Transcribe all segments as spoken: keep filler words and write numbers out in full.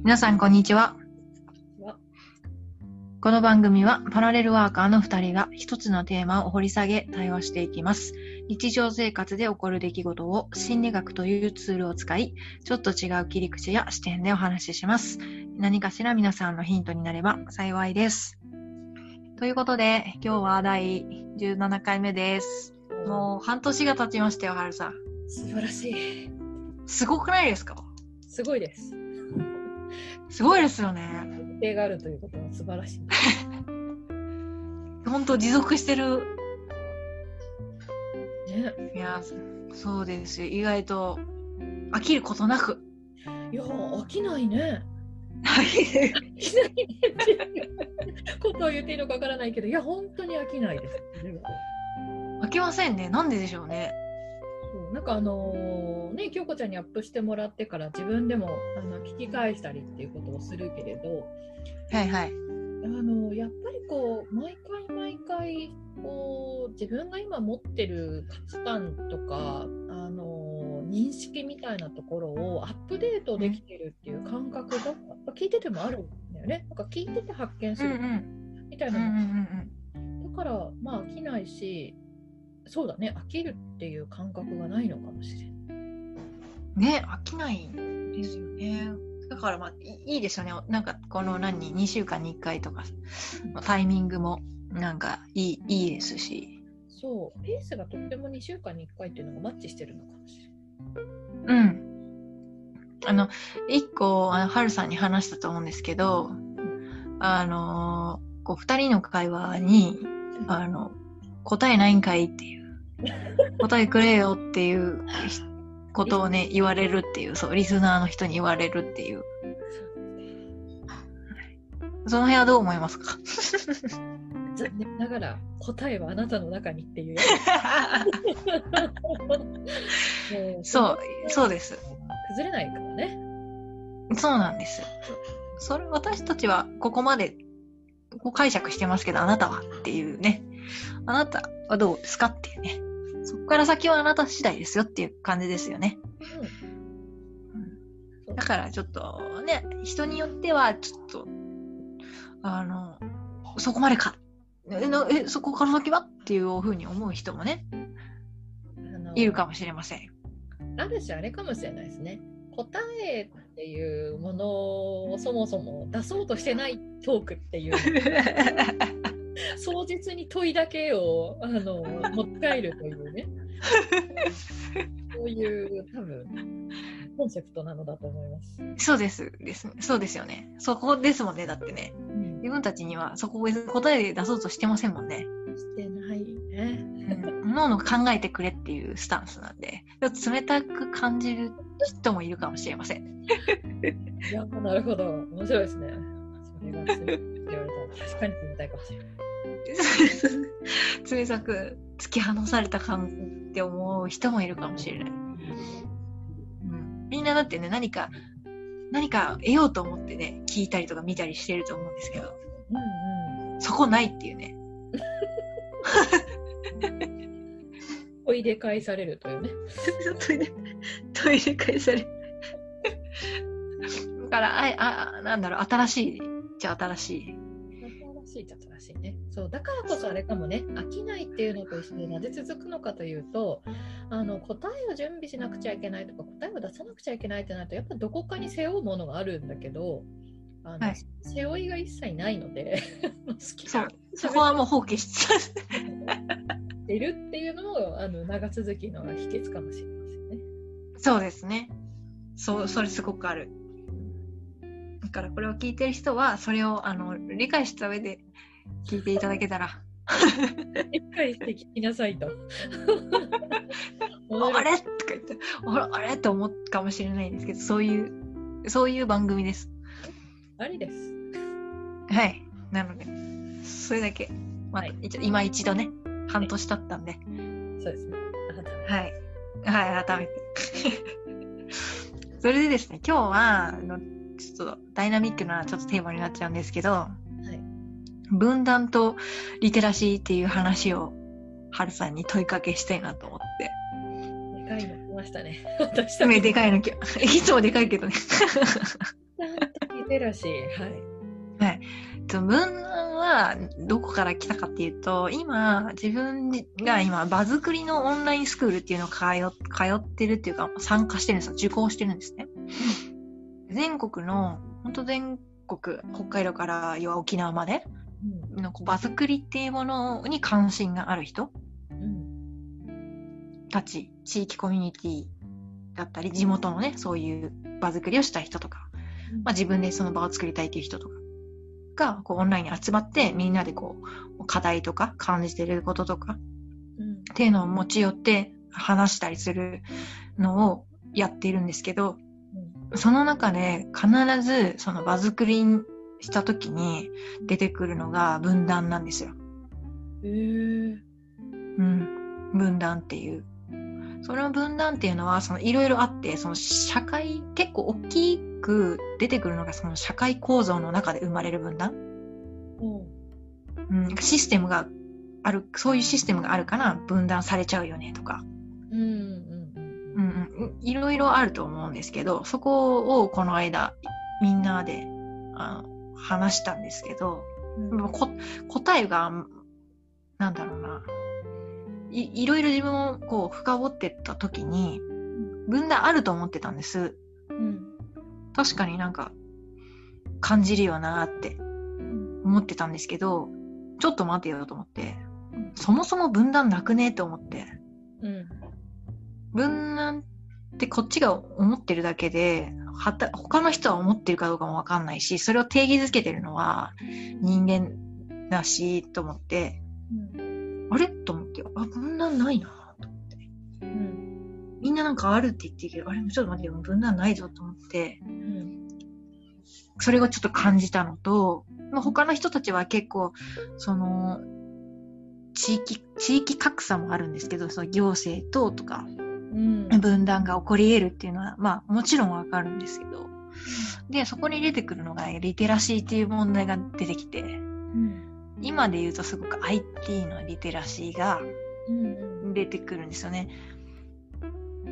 皆さんこんにちは。 はこの番組はパラレルワーカーのふたりが一つのテーマを掘り下げ対話していきます。日常生活で起こる出来事を心理学というツールを使い、ちょっと違う切り口や視点でお話しします。何かしら皆さんのヒントになれば幸いです。ということで、今日はだいじゅうななかいめです。もう半年が経ちましたよ、はるさん。 素晴らしい。 すごくないですか？ すごいです。 すごいですよね。 一定があるということは素晴らしい。 本当持続してる。 ね。 いや、そうですよ。意外と飽きることなく。 いや、飽きないね。 飽き飽きないねっていうことを言っていいのかわからないけど、いや、本当に飽きないです。 飽きませんね。なんででしょうね。 そうなんかあのー、ね、京子ちゃんにアップしてもらってから自分でもあの聞き返したりっていうことをするけれど、 はいはい。 あのやっぱりこう毎回毎回こう自分が今持ってる価値観とかあの認識みたいなところをアップデートできてるっていう感覚が聞いててもあるんだよね。なんか聞いてて発見するみたいなの、 うんうんうんうん、 だからまあ飽きないし、そうだね、飽きるっていう感覚がないのかもしれないね。飽きないんですよね。だからまあいいですよね。なんかこの何にしゅうかんにいっかいとかタイミングもなんかいい、いいですし、 そうペースがとってもにしゅうかんにいっかいっていうのがマッチしてるのかもしれうない。 ん。あの一個あのはるさんに話したと思うんですけど、あのこうふたりの会話にあの答えないんかいっていう答えくれよっていうことをね言われるっていう、そうリスナーの人に言われるっていう、その辺はどう思いますか？ 残念ながら答えはあなたの中にっていうやつそうそうです。 崩れないからね。 そうなんです。それ私たちはここまでこう解釈してますけど、あなたはっていうね、あなたはどうですかっていうね、そこから先はあなた次第ですよっていう感じですよね。うん、だからちょっとね、人によってはちょっとあのそこまでかええそこから先はっていうふうに思う人もね、あのいるかもしれません。 ある種あれかもしれないですね。答えっていうものをそもそも出そうとしてないトークっていう壮実に問いだけをあの持って帰るというねそういう多分コンセプトなのだと思います。 そうですですそうですよね。そこですもんね。だってね、うん、自分たちにはそこを答えで出そうとしてませんもんね。 してないね。 うん、脳の考えてくれっていうスタンスなんで、ちょっと冷たく感じる人もいるかもしれません。 いや、なるほど、面白いですね。それが冷たいって言われたら確かに冷たいかもしれない。 冷たく突き放された感って思う人もいるかもしれない。うん、みんなだってね、何か何か得ようと思ってね、聞いたりとか見たりしてると思うんですけど、うんうん、そこないっていうね。 問いで返されるというね。 問いで問いで返される。だからああなんだろう、新しいじゃ新しい。 新しいじゃ新しいね。そうだからこそあれかもね。飽きないっていうのと一緒でなぜ続くのかというと、あの答えを準備しなくちゃいけないとか答えを出さなくちゃいけないってなるとやっぱどこかに背負うものがあるんだけど、あの、はい、背負いが一切ないので好きそうそこはもう放棄しちゃういるっていうのもあの長続きの秘訣かもしれませんね。 そうですね。そうそれすごくある。だからこれを聞いてる人はそれをあの理解した上で聞いていただけたら理解して聞きなさいとあれとか言ってあれって思うかもしれないんですけど、そういうそういう番組です。 ありです。 はい。なのでそれだけ、まあ、はい、今一度ね半年経ったんで、 そうですね。 はいはい改めてそれでですね、今日はあのちょっとダイナミックなちょっとテーマになっちゃうんですけど、はい、分断とリテラシーっていう話をはるさんに問いかけしたいなと思って。 でかいの来ましたね。 私でかいのいつもでかいけどね。 分断とリテラシー、はい。 はい。分断はどこから来たかっていうと、今、自分が今、場作りのオンラインスクールっていうのを通通ってるっていうか、参加してるんですよ。受講してるんですね。全国の、本当全国、北海道から要は沖縄までの場作りっていうものに関心がある人たち、地域コミュニティだったり、地元のね、そういう場作りをした人とか、まあ自分でその場を作りたいっていう人とかが、こうオンラインに集まって、みんなでこう、課題とか感じてることとか、うん、っていうのを持ち寄って話したりするのをやっているんですけど、うん、その中で必ずその場作りした時に出てくるのが分断なんですよ。 へー。 うん。分断っていう。その分断っていうのは、そのいろいろあって、その社会、結構大きく出てくるのがその社会構造の中で生まれる分断。うん。システムがある、そういうシステムがあるから分断されちゃうよねとか。うんうんうん。いろいろあると思うんですけど、そこをこの間みんなであの話したんですけど、うん、こ答えが、なんだろうな。い, いろいろ自分をこう深掘ってった時に分断あると思ってたんです、うん、確かになんか感じるよなって思ってたんですけど、ちょっと待てよと思って、そもそも分断なくねって思って、うん、分断ってこっちが思ってるだけではた他の人は思ってるかどうかもわかんないし、それを定義づけてるのは人間だしと思って、うんあれと思って、あ、分断ないなと思って、うん。みんななんかあるって言ってるけど、あれもちょっと待ってよ、分断ないぞと思って、うん、それをちょっと感じたのと、まあ、他の人たちは結構、その、地域、地域格差もあるんですけど、その行政等とか、うん、分断が起こり得るっていうのは、まあもちろんわかるんですけど、で、そこに出てくるのがリテラシーっていう問題が出てきて、うん今で言うとすごく アイティー のリテラシーが出てくるんですよね。うん、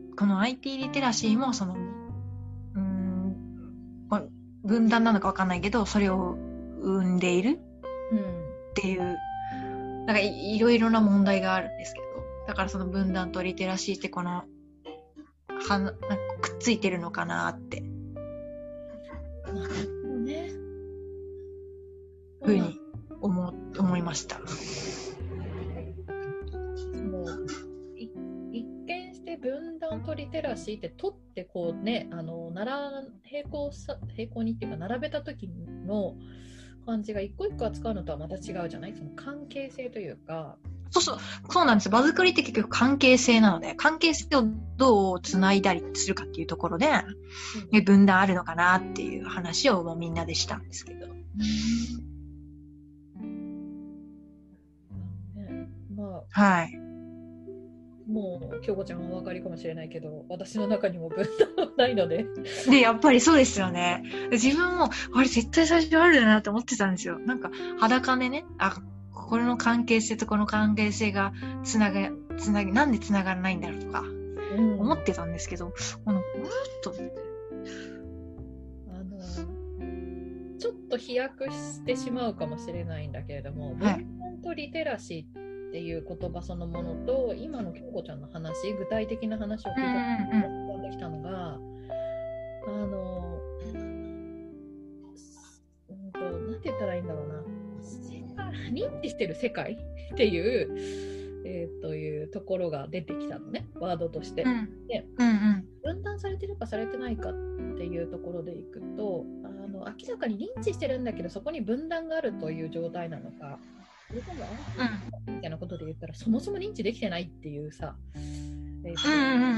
この アイティー リテラシーもそのうーん分断なのかわかんないけど、それを生んでいるっていう、なんか い, いろいろな問題があるんですけど、だからその分断とリテラシーってこのはなんかくっついてるのかなって。ふうに 思, 思いました。 その一見して分断とリテラシーって取ってこうね、あの並平行さ平行にっていうか並べた時の感じが一個一個扱うのとはまた違うじゃない？その関係性というか。 そうそうそうなんですよ。場作りって結局関係性なので、関係性をどうつないだりするかっていうところで、うん、分断あるのかなっていう話をもうみんなでしたんですけど。うんまあ、 はい。 もう京子ちゃんはお分かりかもしれないけど、私の中にも分断はないので。 で、やっぱりそうですよね。自分もあれ絶対最初あるよなって思ってたんですよ。なんか裸でね、あ、これの関係性とこの関係性がつながつなげなんでつながらないんだろうとか思ってたんですけど、あのうーっと思って。 あのちょっと飛躍してしまうかもしれないんだけれども、分断とリテラシーっていう言葉そのものと、今の京子ちゃんの話、具体的な話を聞いて浮かんできたのが、あの、うんと、なんて言ったらいいんだろうな、認知してる世界っていう、えー、というところが出てきたのね、ワードとして。うん、で、うんうん、分断されてるかされてないかっていうところでいくと、あの明らかに認知してるんだけど、そこに分断があるという状態なのか、それともみたいなことで言ったら、そもそも認知できてないっていうさ、えーとうんうんうんうん、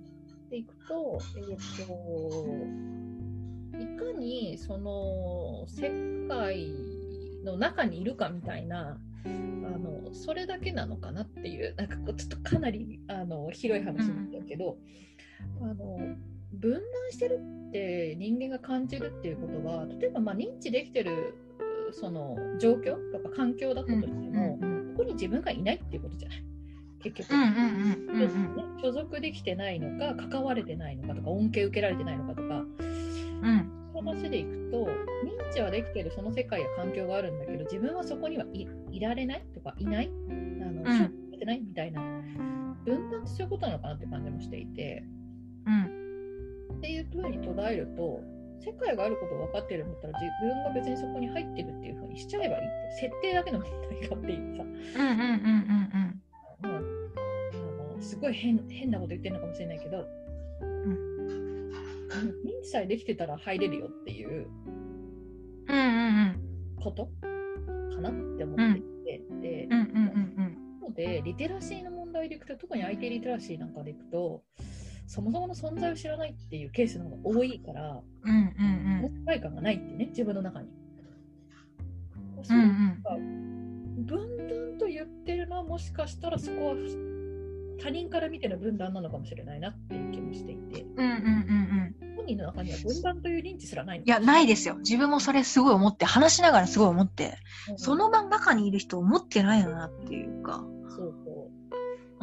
でいくと、えーと、いかにその世界の中にいるかみたいな、あのそれだけなのかなっていう、なんかこうちょっとかなりあの広い話なんだけど、うん、あの分断してるって人間が感じるっていうことは、例えばまあ認知できてるその状況とか環境だったとしても、うんうんうん、ここに自分がいないっていうことじゃない、結局、うんうんうんうん、所属できてないのか、関われてないのかとか、恩恵受けられてないのかとか、うん、 話でいくと、認知はできてるその世界や環境があるんだけど、自分はそこにはい、いられないとかいない、あの、 うん承知されてないみたいな分断ってそういうことなのかなって感じもしていて、 うんっていうふうに捉えると、世界があることを分かってるんだったら自分が別にそこに入ってるっていうふうにしちゃえばいいっていう設定だけの問題かっていうさ、 うんうんうんうんまあ、あのすごい 変, 変なこと言ってるのかもしれないけど、 うん、 認知さえできてたら入れるよっていううんうんうんことかなって思っていて、うん、で、 うんうんうんうん、でリテラシーの問題でいくと、特に アイティー リテラシーなんかでいくと、そもそもの存在を知らないっていうケースの方が多いから、 うんうんうん、 世界観がないってね、自分の中に。 うんうん、 分断と言ってるのは、もしかしたらそこは他人から見ての分断なのかもしれないなっていう気もしていて、 うんうんうんうん、 本人の中には分断という認知すらないの。 いや、ないですよ。自分もそれすごい思って、話しながらすごい思って、うん、その場の中にいる人思ってないよなっていうか。 そうそう。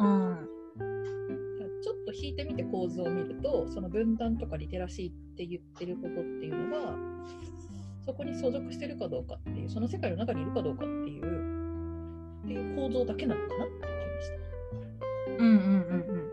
うん。 ちょっと引いてみて構図を見ると、その分断とかリテラシーって言ってることっていうのが、そこに所属してるかどうかっていう、その世界の中にいるかどうかっていう、っていう構造だけなのかなって気がした。 うんうんうん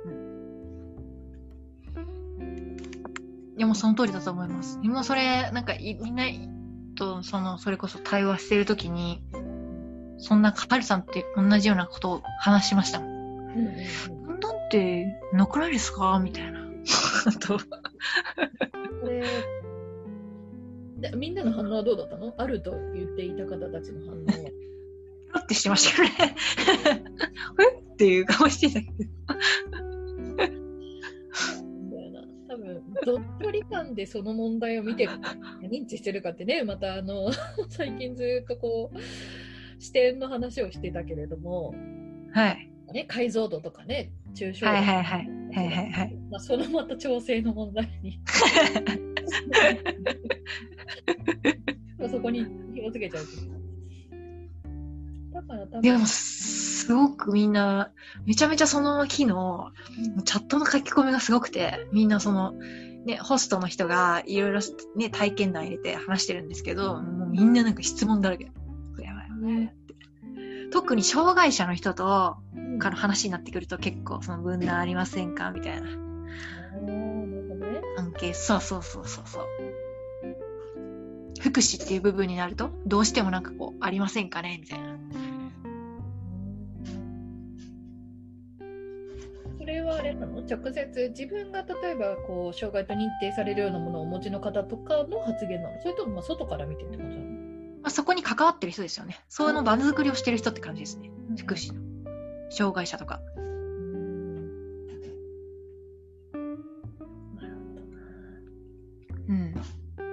うん。いやもうその通りだと思います。今それ、なんかみんなとその、それこそ対話してるときに、そんなカルさんって同じようなことを話しましたもん。うんうんうん、分断ってなくないですかみたいな。とこれでみんなの反応はどうだったの？あると言っていた方たちの反応は。 だってしてましたよね。えっていう顔してたけど。 多分どっ距離感でその問題を見てる認知してるかってね、またあの最近ずっとこう視点の話をしてたけれども、 はい。 ね、解像度とかね、抽象度とか、 はいはいはいはいはいはい。 まあ、そのまた調整の問題にそこに紐付けちゃう。だから多分。 でもすごくみんなめちゃめちゃその日のチャットの書き込みがすごくて、みんなそのねホストの人がいろいろね体験談入れて話してるんですけど、もうみんななんか質問だらけ。やばいよねって。特に障害者の人とから話になってくると結構その分断ありませんかみたいな関係、そうそうそうそうそう、福祉っていう部分になるとどうしてもなんかこうありませんかねみたいな。 それはあれなの？直接自分が例えばこう障害と認定されるようなものをお持ちの方とかの発言なの？それともまあ外から見てってことなの？ まあ、そこに関わってる人ですよね。そういうの場作りをしてる人って感じですね。うん、福祉の障害者とか。 うん、なるほどな。うん。ま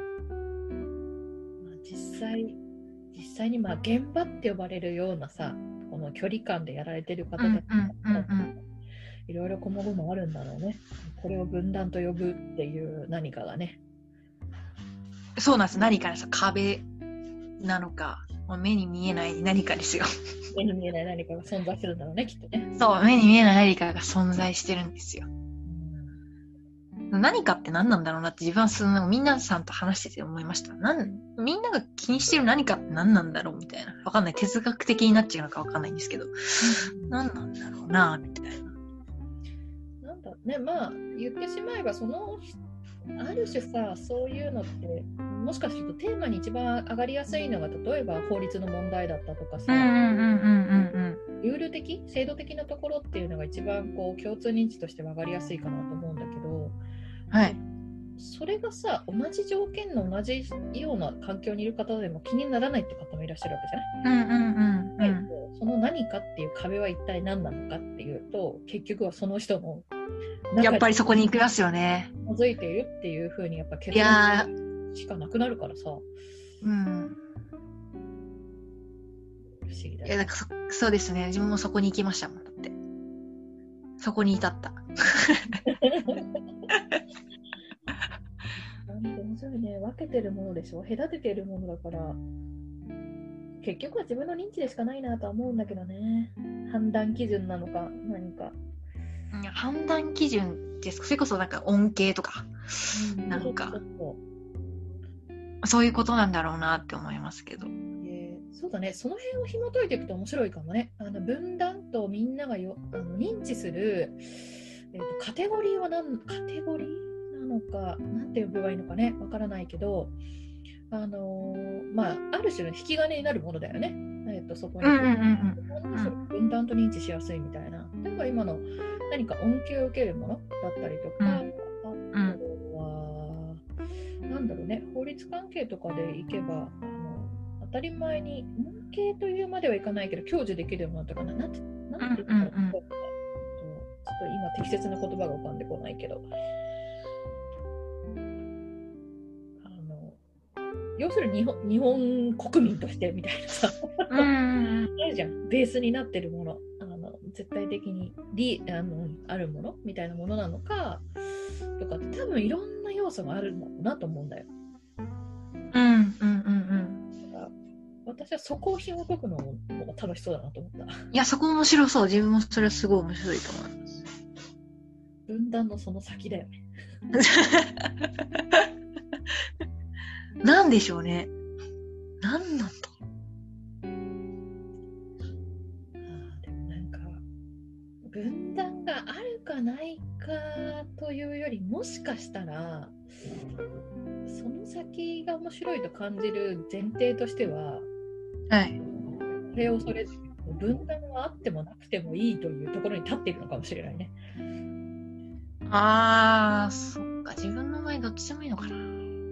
あ、実際実際にまあ現場って呼ばれるようなさ、この距離感でやられてる方たちいろいろこもごもあるんだろうね。これを分断と呼ぶっていう何かがね。 そうなんです。何かですよ。壁なのか、目に見えない何かですよ。 目に見えない何かが存在するんだろうね、きっとね。 そう、目に見えない何かが存在してるんですよ。うん、何かって何なんだろうなって自分はそのみんなさんと話してて思いました。なんみんなが気にしてる何かって何なんだろうみたいな。わかんない。哲学的になっちゃうのかわかんないんですけど、うん、何なんだろうなみたいな。 なんだね、まあ言ってしまえばそのある種さ、そういうのってもしかするとテーマに一番上がりやすいのが、例えば法律の問題だったとかさ、ルール的制度的なところっていうのが一番こう共通認知として上がりやすいかなと思うんだけど、 はい、 それがさ、同じ条件の同じような環境にいる方でも気にならないって方もいらっしゃるわけじゃない、うんうんうんうん、その何かっていう壁は一体何なのかっていうと、結局はその人のやっぱりそこに行きますよね。 覗いているっていう風にやっぱ結論しかなくなるからさ。 うん。 不思議だね。 いや、だからそ、そうですね。自分もそこに行きましたもん。だって。そこに至った。 なんて面白いね。分けてるものでしょ。隔ててるものだから。結局は自分の認知でしかないなとは思うんだけどね。判断基準なのか何か。 判断基準ですか。それこそなんか恩恵とか、うん、なんかそういうことなんだろうなって思いますけど。 えー、そうだね、その辺を紐解いていくと面白いかもね。あの分断とみんながよあの認知する、えーと、カテゴリーは何カテゴリーなのか、なんて呼べばいいのかね、わからないけど、あのー、まあ、ある種の引き金になるものだよね。えーと、そこに、 うんうんうんうん、 それ分断と認知しやすいみたいな。例えば今の何か恩恵を受けるものだったりとか、うん、あとは、うん、なんだろうね、法律関係とかでいけば、あの当たり前に恩恵というまではいかないけど、享受できるものとかな、なんて、なんて言ったら、うんうんうん、ちょっと今適切な言葉が浮かんでこないけど、要するに日本、日本国民としてみたいなさ、うん、あるじゃん、ベースになってるもの、あの絶対的にリあのあるものみたいなものなのかとか、多分いろんな要素があるんだろうなと思うんだよ。 うんうんうんうん。 だから私はそこを紐解くのも楽しそうだなと思った。 いや、そこ面白そう。自分もそれはすごい面白いと思います。 分断のその先だよね。 なんでしょうね。なんなんだ。 あでもなんか分断があるかないかというより、もしかしたらその先が面白いと感じる前提としては、 はい。 それをそれ分断はあってもなくてもいいというところに立っているのかもしれないね。 あー、そっか。自分の前どっちでもいいのかな。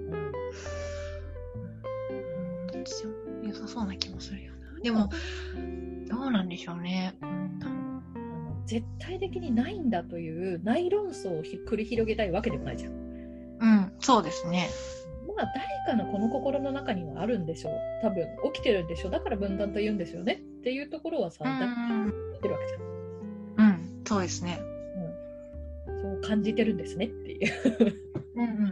良さそうな気もするよな。でもどうなんでしょうね。うん、 あの絶対的にないんだという内論争を繰り広げたいわけでもないじゃん。 うん、そうですね。 まあ誰かのこの心の中にはあるんでしょう。多分起きてるんでしょう。だから分断と言うんですよねっていうところはさ、 うん、 誰か言ってるわけじゃん。 うん、そうですね。 うん、そう感じてるんですねっていううんうんうん。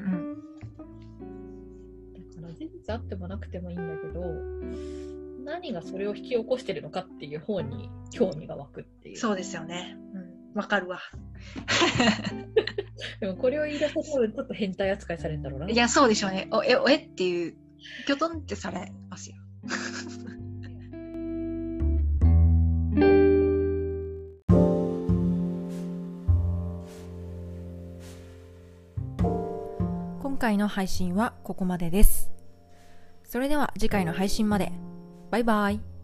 だから事実あってもなくてもいいんだけど、何がそれを引き起こしてるのかっていう方に興味が湧くっていう。 そうですよね。わ、うん、かるわ。 でもこれを言い出すとちょっと変態扱いされるんだろうな。 いや、そうでしょうね。おえ、おえっていう、きょとんってされますよ。今回の配信はここまでです。それでは次回の配信まで。バイバイ。